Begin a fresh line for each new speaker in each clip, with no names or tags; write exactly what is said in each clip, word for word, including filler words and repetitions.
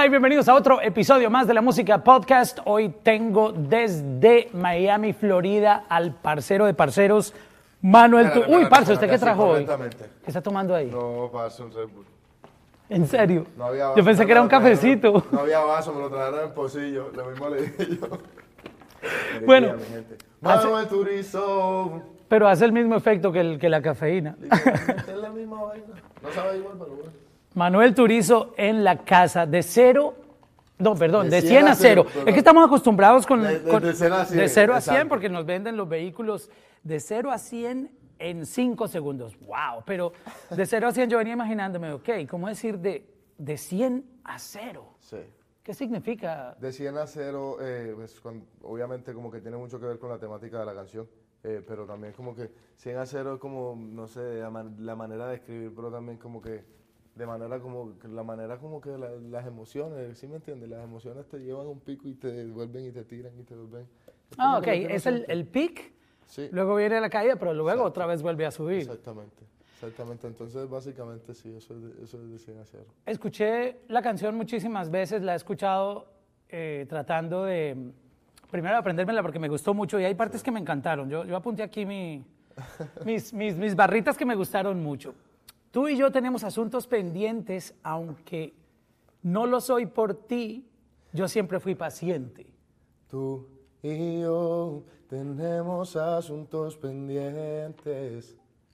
Hi, bienvenidos a otro episodio más de La Música Podcast. Hoy tengo desde Miami, Florida, al parcero de parceros, Manuel.
Espera,
Uy,
espera,
parce,
espera,
¿usted qué
sí,
trajo hoy?
correctamente.
¿Qué está tomando ahí?
No, parce, un Red Bull.
¿En serio?
No había
Yo pensé que era un
me lo trajeron-
cafecito.
No había vaso, me lo trajeron en el pocillo. Lo mismo le dije yo.
Bueno,
mi gente.
hace-
Manuel Turizo.
Pero hace el mismo efecto que, el, que la cafeína.
Literalmente es la misma vaina. No sabe igual, pero bueno.
Manuel Turizo en la casa de cero, no, perdón, de,
De
cien a cero.
perdón.
Es que estamos acostumbrados con...
De- de-
con-
de cero a cien,
de cero a cien,
exacto.
porque nos venden los vehículos de cero a cien en cinco segundos. ¡Wow! Pero de cero a cien yo venía imaginándome, ok, ¿cómo decir de, de cien a cero?
Sí.
¿Qué significa?
De cien a cero, eh, pues, con- obviamente como que tiene mucho que ver con la temática de la canción. eh, pero también como que cien a cero es como, no sé, la, man- la manera de escribir, pero también como que de manera como, que la manera como que la- las emociones, ¿sí me entiendes? Las emociones te llevan a un pico y te vuelven y te tiran y te vuelven. Es como
Ah, ok,
que lo que
es
no
el,
siente.
el peak,
Sí,
luego viene la caída, pero luego
Exacto.
otra vez vuelve a subir.
exactamente, exactamente. Entonces, básicamente sí, eso es de, eso es de cien a cero.
Escuché la canción muchísimas veces, la he escuchado eh, tratando de, primero de aprendérmela porque me gustó mucho y hay partes que me encantaron. Yo, yo apunté aquí mi, mis, mis, mis barritas que me gustaron mucho. Tú y yo tenemos asuntos pendientes, aunque no lo soy por ti, yo siempre fui paciente.
Tú y yo tenemos asuntos pendientes.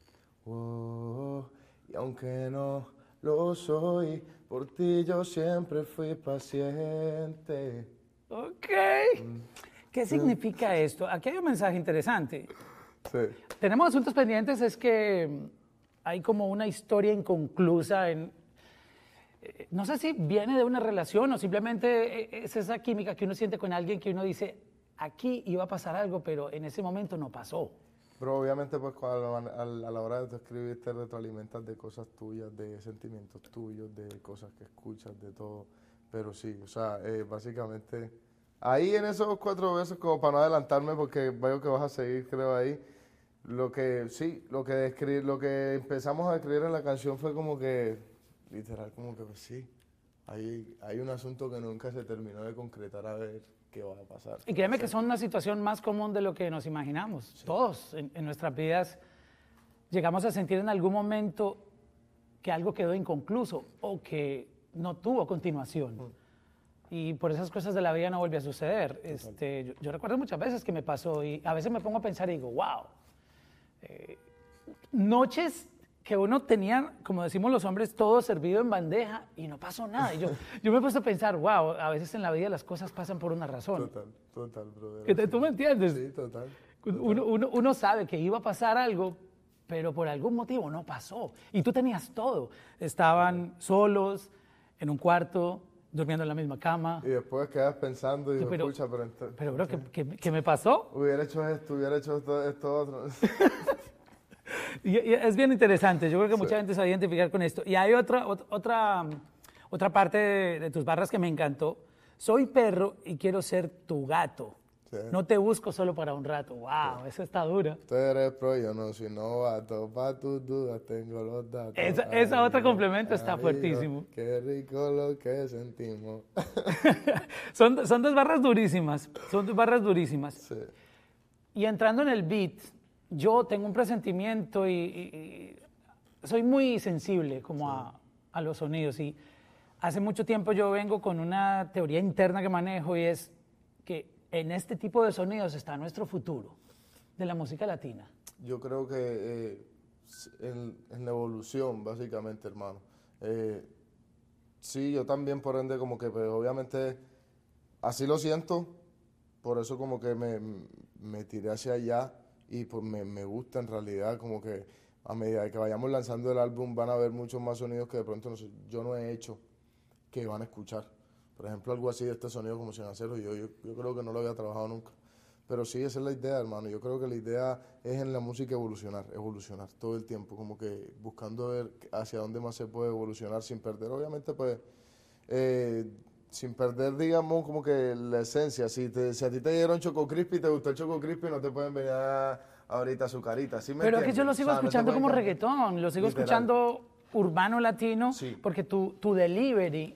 Oh, y aunque no lo soy, por ti yo siempre fui paciente.
Ok. ¿Qué significa esto? Aquí hay un mensaje interesante.
Sí.
Tenemos asuntos pendientes, es que mm, hay como una historia inconclusa en... eh, No sé si viene de una relación o simplemente eh, es esa química que uno siente con alguien que uno dice, aquí iba a pasar algo, pero en ese momento no pasó.
Pero obviamente pues cuando, a, la- a la hora de tú escribir te retroalimentas de cosas tuyas, de sentimientos tuyos, de cosas que escuchas, de todo. Pero sí, o sea, eh, básicamente ahí en esos cuatro veces, como para no adelantarme porque veo que vas a seguir, creo ahí, lo que sí, lo que descri- lo que empezamos a escribir en la canción fue como que, literal, como que pues sí, hay, hay un asunto que nunca se terminó de concretar a ver qué va a pasar.
Y créeme que son una situación más común de lo que nos imaginamos. Todos en, en nuestras vidas llegamos a sentir en algún momento que algo quedó inconcluso o que no tuvo continuación. Y por esas cosas de la vida no vuelve a suceder. Este, yo, yo recuerdo muchas veces que me pasó y a veces me pongo a pensar y digo, wow. Eh, noches que uno tenía, como decimos los hombres, todo servido en bandeja y no pasó nada. Y yo, yo me he puesto a pensar, wow, a veces en la vida las cosas pasan por una razón.
Total, total, brother.
Que te- ¿Tú me entiendes?
Sí, total.
Uno, uno- uno sabe que iba a pasar algo, pero por algún motivo no pasó. Y tú tenías todo. Estaban solos, en un cuarto, durmiendo en la misma cama.
Y después quedas pensando y
Sí,
dices,
pero-
escucha, pero ento-
Pero, bro, ¿qué, qué- qué me pasó?
hubiera hecho esto, hubiera hecho esto, esto otro.
Y, y es bien interesante. Yo creo que mucha gente se va a identificar con esto. Y hay otra, ot- otra, otra parte de, de tus barras que me encantó. Soy perro y quiero ser tu gato.
Sí.
No te busco solo para un rato. Wow, esa está dura.
Tú eres pro, yo no soy novato. Pa' tus dudas tengo los datos.
Esa- esa otra
Ay,
complemento está
ay,
fuertísimo.
Qué rico lo que sentimos.
son, son dos barras durísimas. Son dos barras durísimas.
Sí.
Y entrando en el beat, yo tengo un presentimiento y, y- y soy muy sensible como a, a los sonidos. Y hace mucho tiempo yo vengo con una teoría interna que manejo y es que en este tipo de sonidos está nuestro futuro de la música latina.
Yo creo que eh, en, en la evolución, básicamente, hermano. Eh, sí, yo también, por ende, como que, pues, obviamente, así lo siento. Por eso como que me, me tiré hacia allá y pues me, me gusta en realidad, como que a medida que vayamos lanzando el álbum van a haber muchos más sonidos que de pronto no sé, yo no he hecho que van a escuchar. Por ejemplo, algo así de este sonido como Cien a Cero, yo, yo, yo creo que no lo había trabajado nunca. Pero sí, esa es la idea, hermano. Yo creo que la idea es en la música evolucionar, evolucionar todo el tiempo, como que buscando ver hacia dónde más se puede evolucionar sin perder, obviamente, pues, eh, sin perder, digamos, como que la esencia. Si, te, si a ti te dieron Choco Crispy y te gustó el Choco Crispy, no te pueden venir a, ahorita su carita, ¿sí me
Pero es que
entiendes?
yo lo sigo
O sea, no te
escuchando
pueden
como
cambiar.
reggaetón, lo sigo
Literal.
escuchando urbano latino,
Sí.
porque tu, tu delivery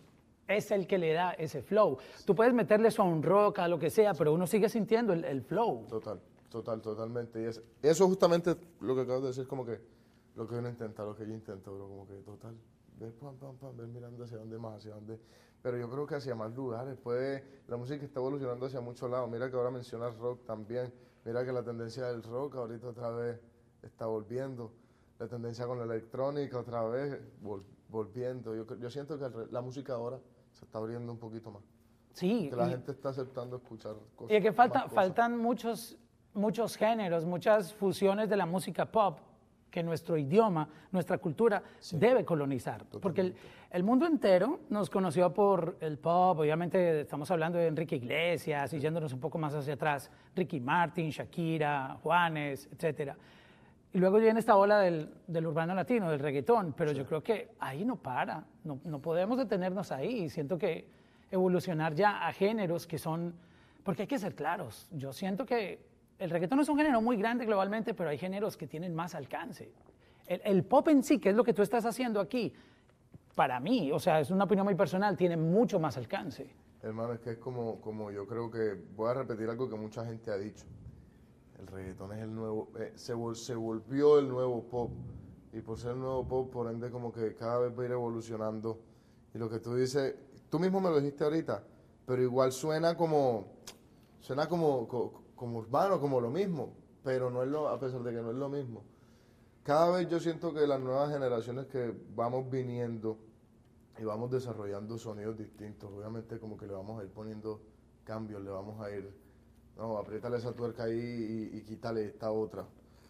es el que le da ese flow. Tú puedes meterle eso a un rock, a lo que sea, pero uno sigue sintiendo el, el flow.
Total, total, totalmente. Y es, eso justamente lo que acabas de decir, como que lo que uno intenta, lo que yo intento, bro, como que total, ver pam, pam, pam, ver mirando hacia dónde más, hacia dónde. Pero yo creo que hacia más lugares, puede, la música está evolucionando hacia muchos lados. Mira que ahora mencionas rock también, mira que la tendencia del rock ahorita otra vez está volviendo, la tendencia con la electrónica otra vez vol, volviendo. Yo, yo siento que la música ahora se está abriendo un poquito más.
Sí.
Que la
y,
gente está aceptando escuchar cosas.
Y que falta, faltan muchos, muchos géneros, muchas fusiones de la música pop que nuestro idioma, nuestra cultura sí. debe colonizar. Totalmente. Porque el, el mundo entero nos conoció por el pop, obviamente estamos hablando de Enrique Iglesias y yéndonos un poco más hacia atrás, Ricky Martin, Shakira, Juanes, etcétera. Y luego viene esta ola del, del urbano latino, del reggaetón, pero sí. yo creo que ahí no para, no, no podemos detenernos ahí. Siento que evolucionar ya a géneros que son, porque hay que ser claros, yo siento que el reggaetón es un género muy grande globalmente, pero hay géneros que tienen más alcance. El, el pop en sí, que es lo que tú estás haciendo aquí, para mí, o sea, es una opinión muy personal, tiene mucho más alcance.
Hermano, es que es como, como yo creo que, voy a repetir algo que mucha gente ha dicho. El reggaetón es el nuevo, eh, se, vol, se volvió el nuevo pop. Y por ser el nuevo pop, por ende, como que cada vez va a ir evolucionando. Y lo que tú dices, tú mismo me lo dijiste ahorita, pero igual suena como, suena como, como, como urbano, como lo mismo. Pero no es lo, a pesar de que no es lo mismo. Cada vez yo siento que las nuevas generaciones que vamos viniendo y vamos desarrollando sonidos distintos, obviamente como que le vamos a ir poniendo cambios, le vamos a ir... No, apriétale esa tuerca ahí y, y quítale esta otra.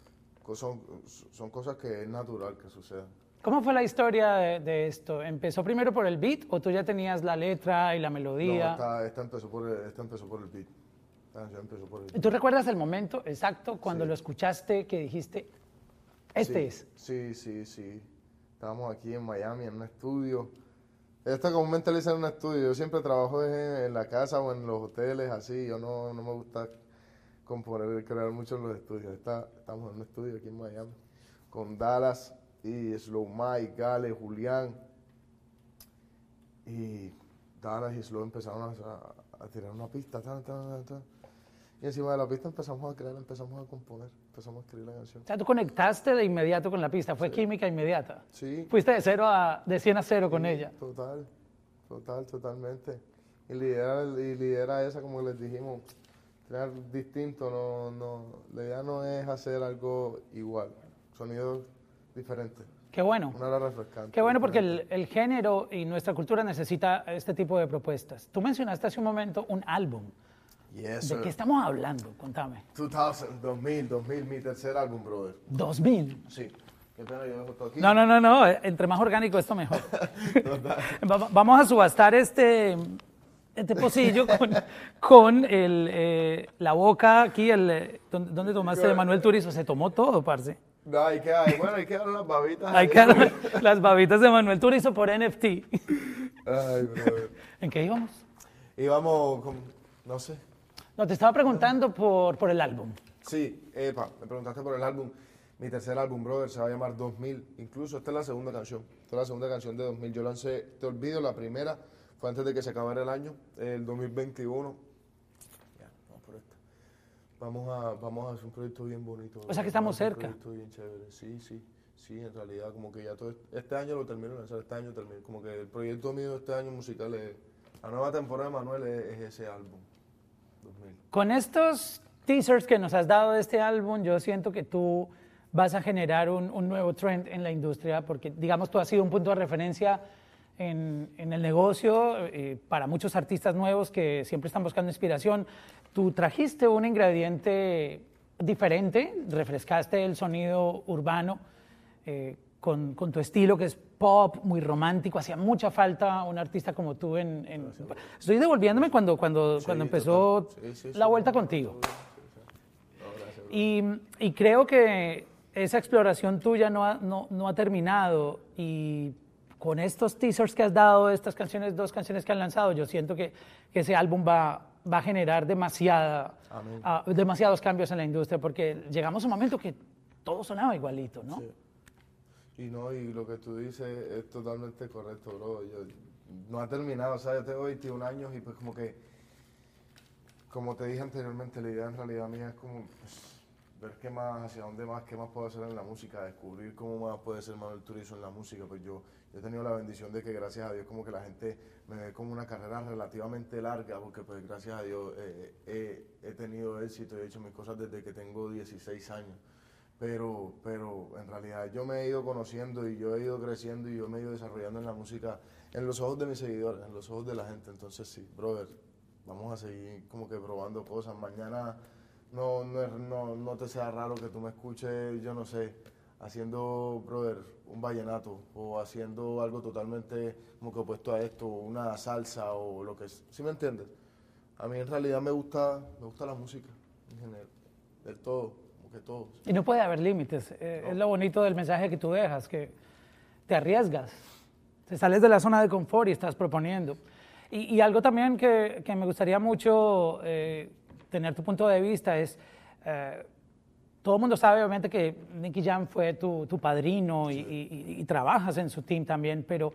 Son, son cosas que es natural que sucedan.
¿Cómo fue la historia de, de esto? ¿Empezó primero por el beat o tú ya tenías la letra y la melodía?
No, esta, esta, empezó, por el, esta empezó por el beat. Esta empezó por el beat.
¿Tú recuerdas el momento exacto cuando sí. lo escuchaste que dijiste, este
sí,
es?
Sí, sí, sí. Estábamos aquí en Miami en un estudio. Esto comúnmente lo hice en un estudio. Yo siempre trabajo en, en la casa o en los hoteles, así. Yo no, no me gusta componer, crear mucho en los estudios. Está, estamos en un estudio aquí en Miami con Dallas y Slow Mike, Gale, Julián. Y Dallas y Slow empezaron a, a tirar una pista. Tan, tan, tan. Y encima de la pista empezamos a crear, empezamos a componer, empezamos a escribir la canción.
O sea, tú conectaste de inmediato con la pista, fue sí. química inmediata.
Sí.
Fuiste de cero a, de cien a cero sí, con ella.
Total, total, totalmente. Y lidera, y lidera esa, como les dijimos, crear distinto, no, no, la idea no es hacer algo igual, sonidos diferentes.
Qué bueno.
Una hora refrescante.
Qué bueno porque el, el género y nuestra cultura necesita este tipo de propuestas. Tú mencionaste hace un momento un álbum.
Yes,
¿De
sir.
qué estamos hablando? Contame.
dos mil, dos mil, mi tercer álbum, brother.
¿dos mil?
Sí. Qué pena, yo dejo todo aquí.
No, no, no, no. Entre más orgánico esto mejor. Vamos a subastar este, este pocillo con, con el, eh, la boca aquí. El, ¿Dónde tomaste de Manuel Turizo? Se tomó todo, parce.
No, hay que dar, bueno, hay que dar las babitas.
Hay que dar las babitas de Manuel Turizo por N F T.
Ay, brother.
¿En qué íbamos?
Íbamos con, no sé.
No, te estaba preguntando por, por el álbum.
Sí, epa, me preguntaste por el álbum. Mi tercer álbum, brother, se va a llamar dos mil. Incluso esta es la segunda canción. Esta es la segunda canción de dos mil. Yo lancé Te Olvido, la primera. Fue antes de que se acabara el año, el dos mil veintiuno. Ya, vamos por esta. Vamos a, vamos a hacer un proyecto bien bonito.
O sea que estamos cerca.
Un proyecto bien chévere. Sí, sí. Sí, en realidad, como que ya todo... Este año lo termino de lanzar, este año termino. Como que el proyecto mío de este año musical es... La nueva temporada de Manuel es, es ese álbum. dos mil.
Con estos teasers que nos has dado de este álbum, yo siento que tú vas a generar un, un nuevo trend en la industria, porque digamos tú has sido un punto de referencia en, en el negocio eh, para muchos artistas nuevos que siempre están buscando inspiración. Tú trajiste un ingrediente diferente, refrescaste el sonido urbano eh, con, con tu estilo que es pop, muy romántico. Hacía mucha falta un artista como tú en... en... Estoy devolviéndome cuando, cuando,
Sí,
cuando empezó
sí, sí, sí,
la vuelta
sí,
contigo.
Sí, sí. No, gracias, bro.
Y, y creo que esa exploración tuya no ha, no, no ha terminado, y con estos teasers que has dado, estas canciones, dos canciones que han lanzado, yo siento que, que ese álbum va, va a generar demasiada, uh, demasiados cambios en la industria, porque llegamos a un momento que todo sonaba igualito, ¿no?
Sí. Y no, y lo que tú dices es totalmente correcto, bro. Yo, no ha terminado, o sea, yo tengo veintiún años y pues como que, como te dije anteriormente, la idea en realidad mía es como pues, ver qué más, hacia dónde más, qué más puedo hacer en la música, descubrir cómo más puede ser Manuel Turizo en la música. Pues yo, yo he tenido la bendición de que gracias a Dios como que la gente me ve como una carrera relativamente larga, porque pues gracias a Dios eh, eh, he tenido éxito, he hecho mis cosas desde que tengo dieciséis años. Pero, pero en realidad yo me he ido conociendo y yo he ido creciendo y yo me he ido desarrollando en la música en los ojos de mis seguidores, en los ojos de la gente. Entonces sí, brother, vamos a seguir como que probando cosas. Mañana no, no, es- no, no te sea raro que tú me escuches, yo no sé, haciendo, brother, un vallenato o haciendo algo totalmente como que opuesto a esto, una salsa o lo que es. ¿Sí me entiendes? A mí en realidad me gusta, me gusta la música en general, del todo. Que todos.
Y no puede haber límites. Eh,
No.
Es lo bonito del mensaje que tú dejas, que te arriesgas, te sales de la zona de confort y estás proponiendo. Y, y algo también que, que me gustaría mucho eh, tener tu punto de vista es, eh, todo el mundo sabe obviamente que Nicky Jam fue tu, tu padrino y,
Sí.
y- y- y trabajas en su team también, pero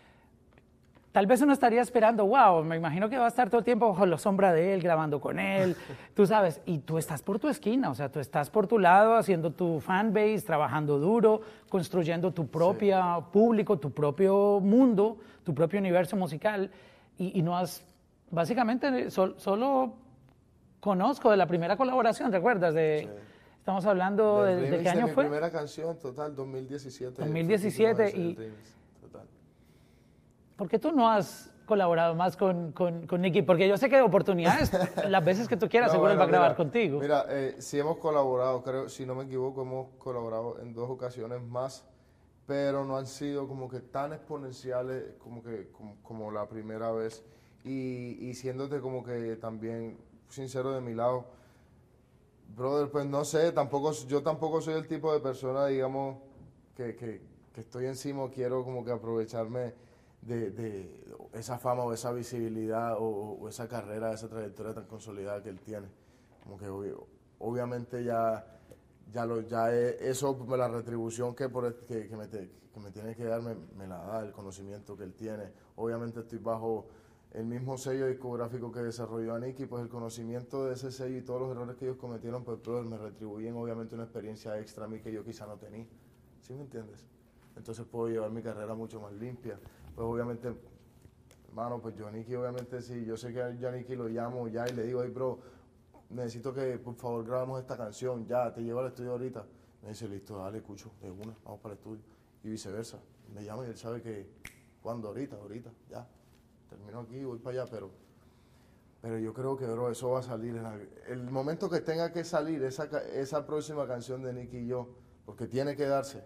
tal vez uno estaría esperando, wow, me imagino que va a estar todo el tiempo bajo la sombra de él, grabando con él, tú sabes, y tú estás por tu esquina, o sea, tú estás por tu lado haciendo tu fanbase, trabajando duro, construyendo tu propio público, tu propio mundo, tu propio universo musical, y, y no has, básicamente, sol- solo conozco de la primera colaboración, ¿recuerdas? De,
Sí.
Estamos hablando
Del
de, de
remix
qué año
mi
fue.
primera canción, total, dos mil diecisiete.
dos mil diecisiete,
fue que hicimos
y-
ese, el remix, total.
¿Por qué tú no has colaborado más con, con, con Nicky? Porque yo sé que oportunidades, las veces que tú quieras,
No,
seguro él
bueno,
va a grabar
mira,
contigo.
Mira, eh, sí hemos colaborado, creo, si no me equivoco, hemos colaborado en dos ocasiones más, pero no han sido como que tan exponenciales como que como, como la primera vez. Y, y siéndote como que también sincero de mi lado, brother, pues no sé, tampoco, yo tampoco soy el tipo de persona, digamos, que, que, que estoy encima o quiero como que aprovecharme de, de esa fama o esa visibilidad o, o esa carrera, esa trayectoria tan consolidada que él tiene. Como que obvio- obviamente ya, ya, lo, ya he- eso, pues, la retribución que, por, el- que, que me, te- que me tiene que dar me, me la da, el conocimiento que él tiene. Obviamente estoy bajo el mismo sello discográfico que desarrolló a Nicky, pues el conocimiento de ese sello y todos los errores que ellos cometieron, pues brother, me retribuyen obviamente una experiencia extra a mí que yo quizá no tenía. ¿Sí me entiendes? Entonces puedo llevar mi carrera mucho más limpia. Pues obviamente, hermano, pues yo a Nicky obviamente sí, yo sé que yo a Nicky lo llamo ya y le digo, hey bro, necesito que por favor grabemos esta canción, ya, te llevo al estudio ahorita. Me dice, listo, dale, escucho, de una, vamos para el estudio. Y viceversa. Me llama y él sabe que, ¿cuándo? Ahorita, ahorita, ya. Termino aquí, voy para allá, pero, pero yo creo que, bro, eso va a salir. En el, el momento que tenga que salir esa, ca- esa próxima canción de Nicky y yo, porque tiene que darse,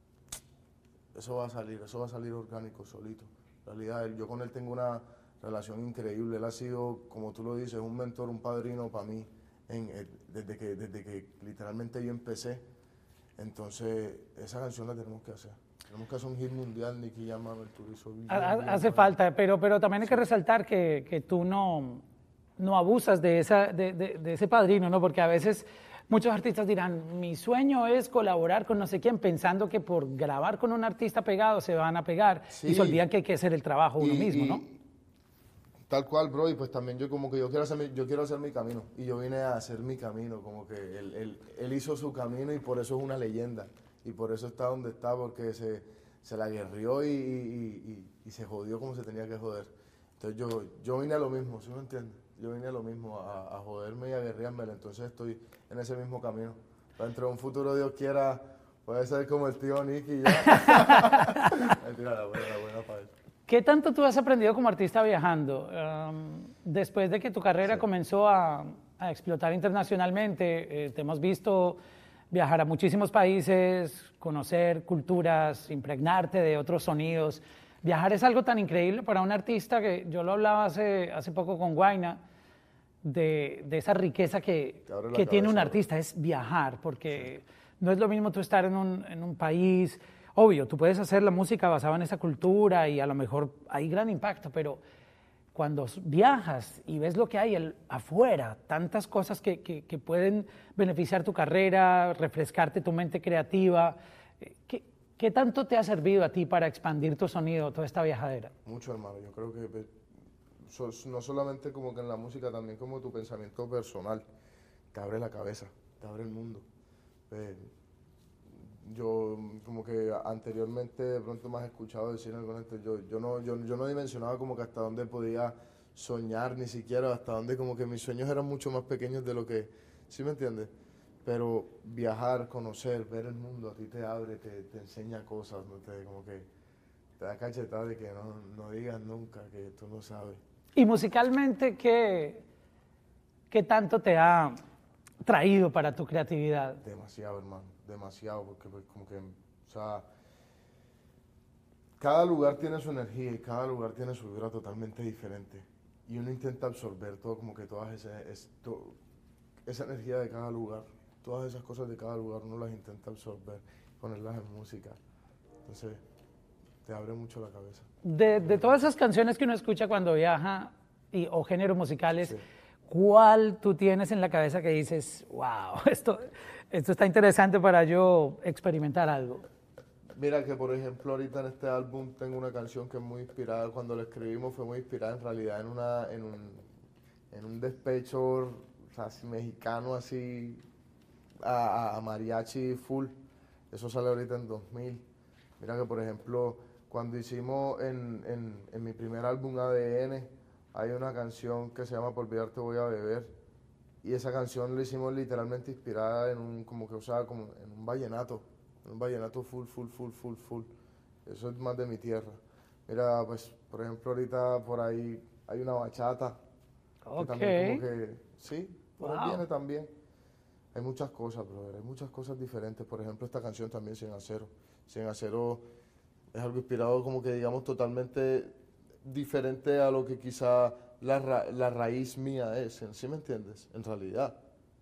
eso va a salir, eso va a salir orgánico, solito. En realidad, él- yo con él tengo una relación increíble. Él ha sido, como tú lo dices, un mentor, un padrino para mí, en, eh, desde, que, desde que literalmente yo empecé. Entonces, esa canción la tenemos que hacer. Tenemos que hacer un hit mundial, Nicky Jam, Manuel Turizo. bien,
Ha-
bien,
Hace
bueno.
falta, pero, pero también hay que resaltar que, que tú no, no abusas de, esa, de, de- de ese padrino, ¿no? Porque a veces muchos artistas dirán, mi sueño es colaborar con no sé quién, pensando que por grabar con un artista pegado se van a pegar, y
Sí.
se olvidan que hay que hacer el trabajo uno
Y-
mismo,
y
¿no?
Tal cual, bro, y pues también yo como que yo quiero hacer mi, yo quiero hacer mi camino, y yo vine a hacer mi camino, como que él, él, él hizo su camino y por eso es una leyenda, y por eso está donde está, porque se, se la guerrió y, y- y- y se jodió como se tenía que joder. Entonces yo, yo vine a lo mismo, ¿sí me entiendes? Yo vine a lo mismo, a, a joderme y a guerreármela, entonces estoy en ese mismo camino. Dentro de un futuro, Dios quiera, puede ser como el tío Nicky ya. Mentira, la buena, la buena para él.
¿Qué tanto tú has aprendido como artista viajando? Um, después de que tu carrera
Sí.
comenzó a, a explotar internacionalmente, eh, te hemos visto viajar a muchísimos países, conocer culturas, impregnarte de otros sonidos. Viajar es algo tan increíble para un artista que yo lo hablaba hace, hace poco con Guaina, de, de esa riqueza que,
Te abre la
que tiene un
cabeza, bro.
artista, es viajar, porque no es lo mismo tú estar en un, en un país, obvio, tú puedes hacer la música basada en esa cultura y a lo mejor hay gran impacto, pero cuando s- viajas y ves lo que hay el- afuera, tantas cosas que, que- que pueden beneficiar tu carrera, refrescarte tu mente creativa, eh, ¿qué, ¿Qué tanto te ha servido a ti para expandir tu sonido, toda esta viajadera?
Mucho, hermano. Yo creo que pues, so- no solamente como que en la música, también como tu pensamiento personal. Te abre la cabeza, te abre el mundo. Pues, yo como que anteriormente de pronto me has escuchado decir algo, esto, yo, yo, no, yo, yo no dimensionaba como que hasta dónde podía soñar, ni siquiera hasta dónde como que mis sueños eran mucho más pequeños de lo que, ¿sí me entiendes? Pero viajar, conocer, ver el mundo, a ti te abre, te, te enseña cosas, ¿no? Te, como que te da cachetada de que no, no digas nunca, que tú no sabes.
Y musicalmente, ¿qué, qué tanto te ha traído para tu creatividad?
Demasiado, hermano, demasiado, porque pues como que, o sea, cada lugar tiene su energía y cada lugar tiene su vibra totalmente diferente. Y uno intenta absorber todo, como que todas esa, es, to- esa energía de cada lugar, todas esas cosas de cada lugar, uno las intenta absorber, ponerlas en música. Entonces, te abre mucho la cabeza.
De, de todas esas canciones que uno escucha cuando viaja y, o géneros musicales,
Sí.
¿cuál tú tienes en la cabeza que dices, wow, esto, esto está interesante para yo experimentar algo?
Mira que por ejemplo ahorita en este álbum tengo una canción que es muy inspirada, cuando la escribimos fue muy inspirada en realidad en una en un, en un despecho, o sea, así mexicano así a, a- a mariachi full. Eso sale ahorita en dos mil. Mira que por ejemplo cuando hicimos en, en, en mi primer álbum A D N hay una canción que se llama Por olvidarte voy a beber y esa canción la hicimos literalmente inspirada en un como que usaba como en un vallenato. Un vallenato full, full, full, full, full. Eso es más de mi tierra. Mira, pues, por ejemplo, ahorita por ahí hay una bachata. Que también como
Ok,
que, sí, por ahí
wow.
viene también. Hay muchas cosas, brother, hay muchas cosas diferentes. Por ejemplo, esta canción también, Cien Acero. Cien Acero es algo inspirado como que, digamos, totalmente diferente a lo que quizá la, ra- la raíz mía es, ¿sí me entiendes? En realidad.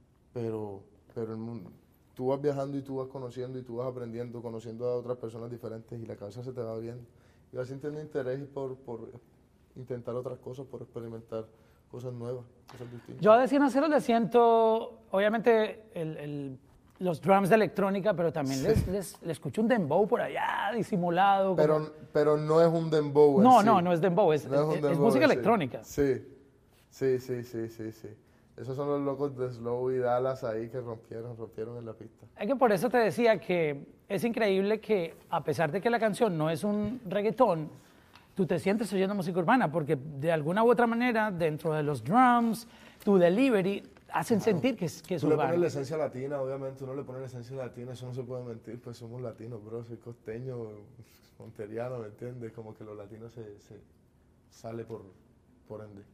Pero, pero el mundo, tú vas viajando y tú vas conociendo y tú vas aprendiendo, conociendo a otras personas diferentes y la cabeza se te va abriendo. Y vas sintiendo interés y por, por intentar otras cosas, por experimentar cosas nuevas, cosas distintas.
Yo de Cien Aceros le siento, obviamente, el, el- los drums de electrónica, pero también
Sí.
les, les, les escucho un dembow por allá, disimulado. como-
Pero, pero no es un dembow en
No,
sí.
no, no es dembow, es,
No es un
es- es
dembow
música
en sí.
electrónica.
Sí, sí, sí, sí, sí, sí. Esos son los locos de Slow y Dallas ahí que rompieron, rompieron en la pista.
Es que por eso te decía que es increíble que, a pesar de que la canción no es un reggaetón, tú te sientes oyendo música urbana, porque de alguna u otra manera, dentro de los drums, tu delivery, hacen sentir que es, que es
Tú le pones
urbano.
la esencia latina, obviamente, uno le pone la esencia latina, eso no se puede mentir, pues somos latinos, bro, soy costeño, monteriano, ¿me entiendes? Como que los latinos se, se sale por, por ende.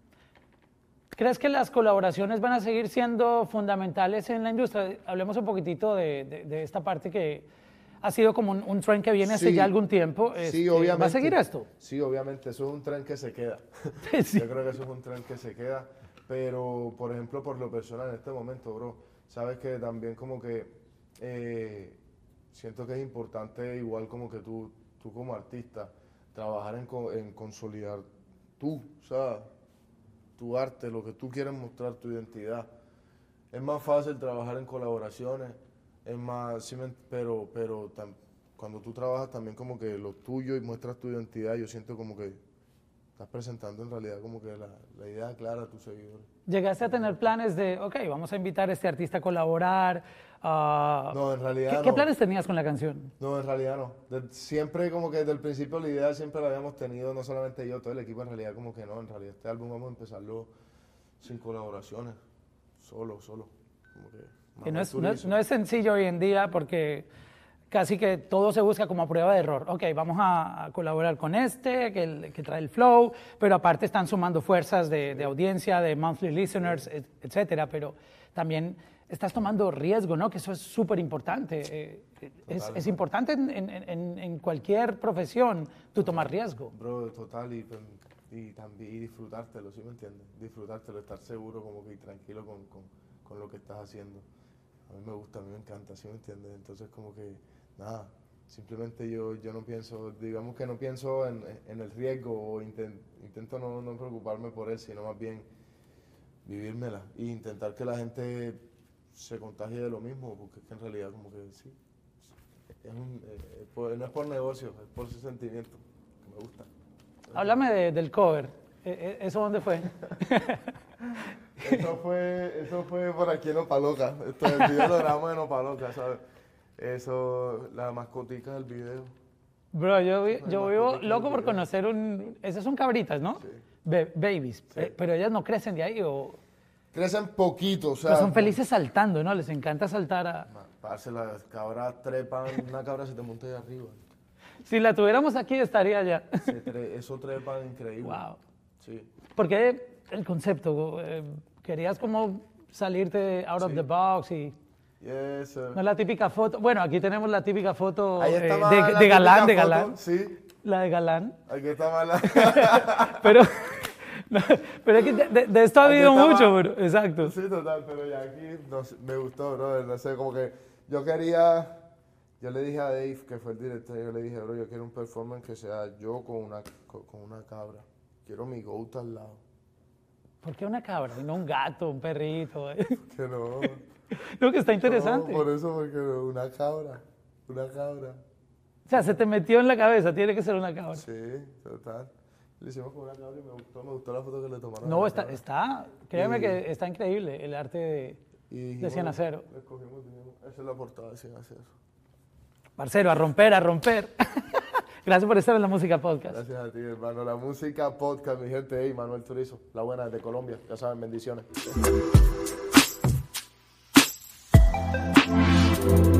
¿Crees que las colaboraciones van a seguir siendo fundamentales en la industria? Hablemos un poquitito de, de- de esta parte que ha sido como un, un trend que viene hace
Sí,
ya algún tiempo.
sí,
Este,
obviamente.
¿Va a seguir esto?
Sí, obviamente, eso es un tren que se queda.
Sí.
Yo creo que eso es un tren que se queda, pero por ejemplo, por lo personal en este momento, bro, sabes que también como que eh, siento que es importante, igual como que tú, tú como artista, trabajar en, co- en consolidar tú, o sea, tu arte, lo que tú quieres mostrar, tu identidad. Es más fácil trabajar en colaboraciones, es más, sí me- pero, pero tam- cuando tú trabajas también como que lo tuyo y muestras tu identidad, yo siento como que estás presentando en realidad como que la, la idea clara a tus seguidores.
¿Llegaste a tener planes de, ok, vamos a invitar a este artista a colaborar? ah,
No, en realidad
¿qué, qué
no.
planes tenías con la canción?
No, en realidad no. De- siempre como que desde el principio la idea siempre la habíamos tenido, no solamente yo, todo el equipo en realidad como que no, en realidad este álbum vamos a empezarlo sin colaboraciones, solo, solo. Como que
Que no
Manuel
es, no, es,
Turizo.
no es sencillo hoy en día porque casi que todo se busca como a prueba de error. Ok, vamos a, a colaborar con este, que, el- que trae el flow, pero aparte están sumando fuerzas de, de audiencia, de monthly listeners, et- etcétera. Pero también estás tomando riesgo, ¿no? Que eso es súper importante. Eh, es,
Total,
es
hermano.
importante en, en- en- en cualquier profesión tú tomar riesgo.
Bro, total, y, pues, y también y disfrutártelo, ¿sí me entiendes? Disfrutártelo, estar seguro como que y tranquilo con, con, con lo que estás haciendo. A mí me gusta, a mí me encanta, ¿sí me entiendes? Entonces como que, nada, simplemente yo, yo no pienso, digamos que no pienso en, en el riesgo o inten- intento no, no preocuparme por él, sino más bien vivírmela e intentar que la gente se contagie de lo mismo, porque es que en realidad como que sí, es un, eh, por, no es por negocio, es por ese sentimiento que me gusta.
Háblame de, del cover. ¿Eso dónde fue?
Eso fue, eso fue por aquí en Opaloca. Esto es el video lo grabamos en Opaloca, ¿sabes? Eso, la mascotica del video.
Bro, yo, vi, yo vivo loco por conocer un... Esas son cabritas, ¿no? Sí. Be babies. Sí. Eh, pero ellas no crecen de ahí o...
Crecen poquito, o sea...
Pero son felices saltando, ¿no? Les encanta saltar a...
Parce, las cabras trepan, una cabra se te monta ahí arriba.
Si la tuviéramos aquí estaría allá.
Tre eso trepan increíble.
Wow.
Sí.
Porque el concepto, eh, querías como salirte out sí. of the box y...
Yes, uh,
no es la típica foto. Bueno, aquí tenemos la típica foto
eh, de,
de galán, de galán.
Foto, sí.
La de galán.
Aquí está más la...
pero, no, pero es que de, de esto ha habido mucho,
más...
bro. Exacto.
Sí, total, pero ya aquí no, me gustó, bro. No sé, como que yo quería... Yo le dije a Dave, que fue el director, yo le dije, bro, yo quiero un performance que sea yo con una, con, con una cabra. Quiero mi goat al lado.
¿Por qué una cabra y no un gato, un perrito? Eh?
Que no.
No, que está interesante.
No, por eso, porque una cabra, una cabra.
O sea, se te metió en la cabeza, tiene que ser una cabra.
Sí, total. Le hicimos con una cabra y me gustó, me gustó la foto que le tomaron.
No, está, está, créeme y, que está increíble el arte de, dijimos, de Cien Acero.
Escogimos, esa es la portada de Cien Acero.
Parcero, a romper, a romper. Gracias por estar en la Música Podcast.
Gracias a ti, hermano. La Música Podcast, mi gente. Hey, Manuel Turizo, la buena de Colombia. Ya saben, bendiciones.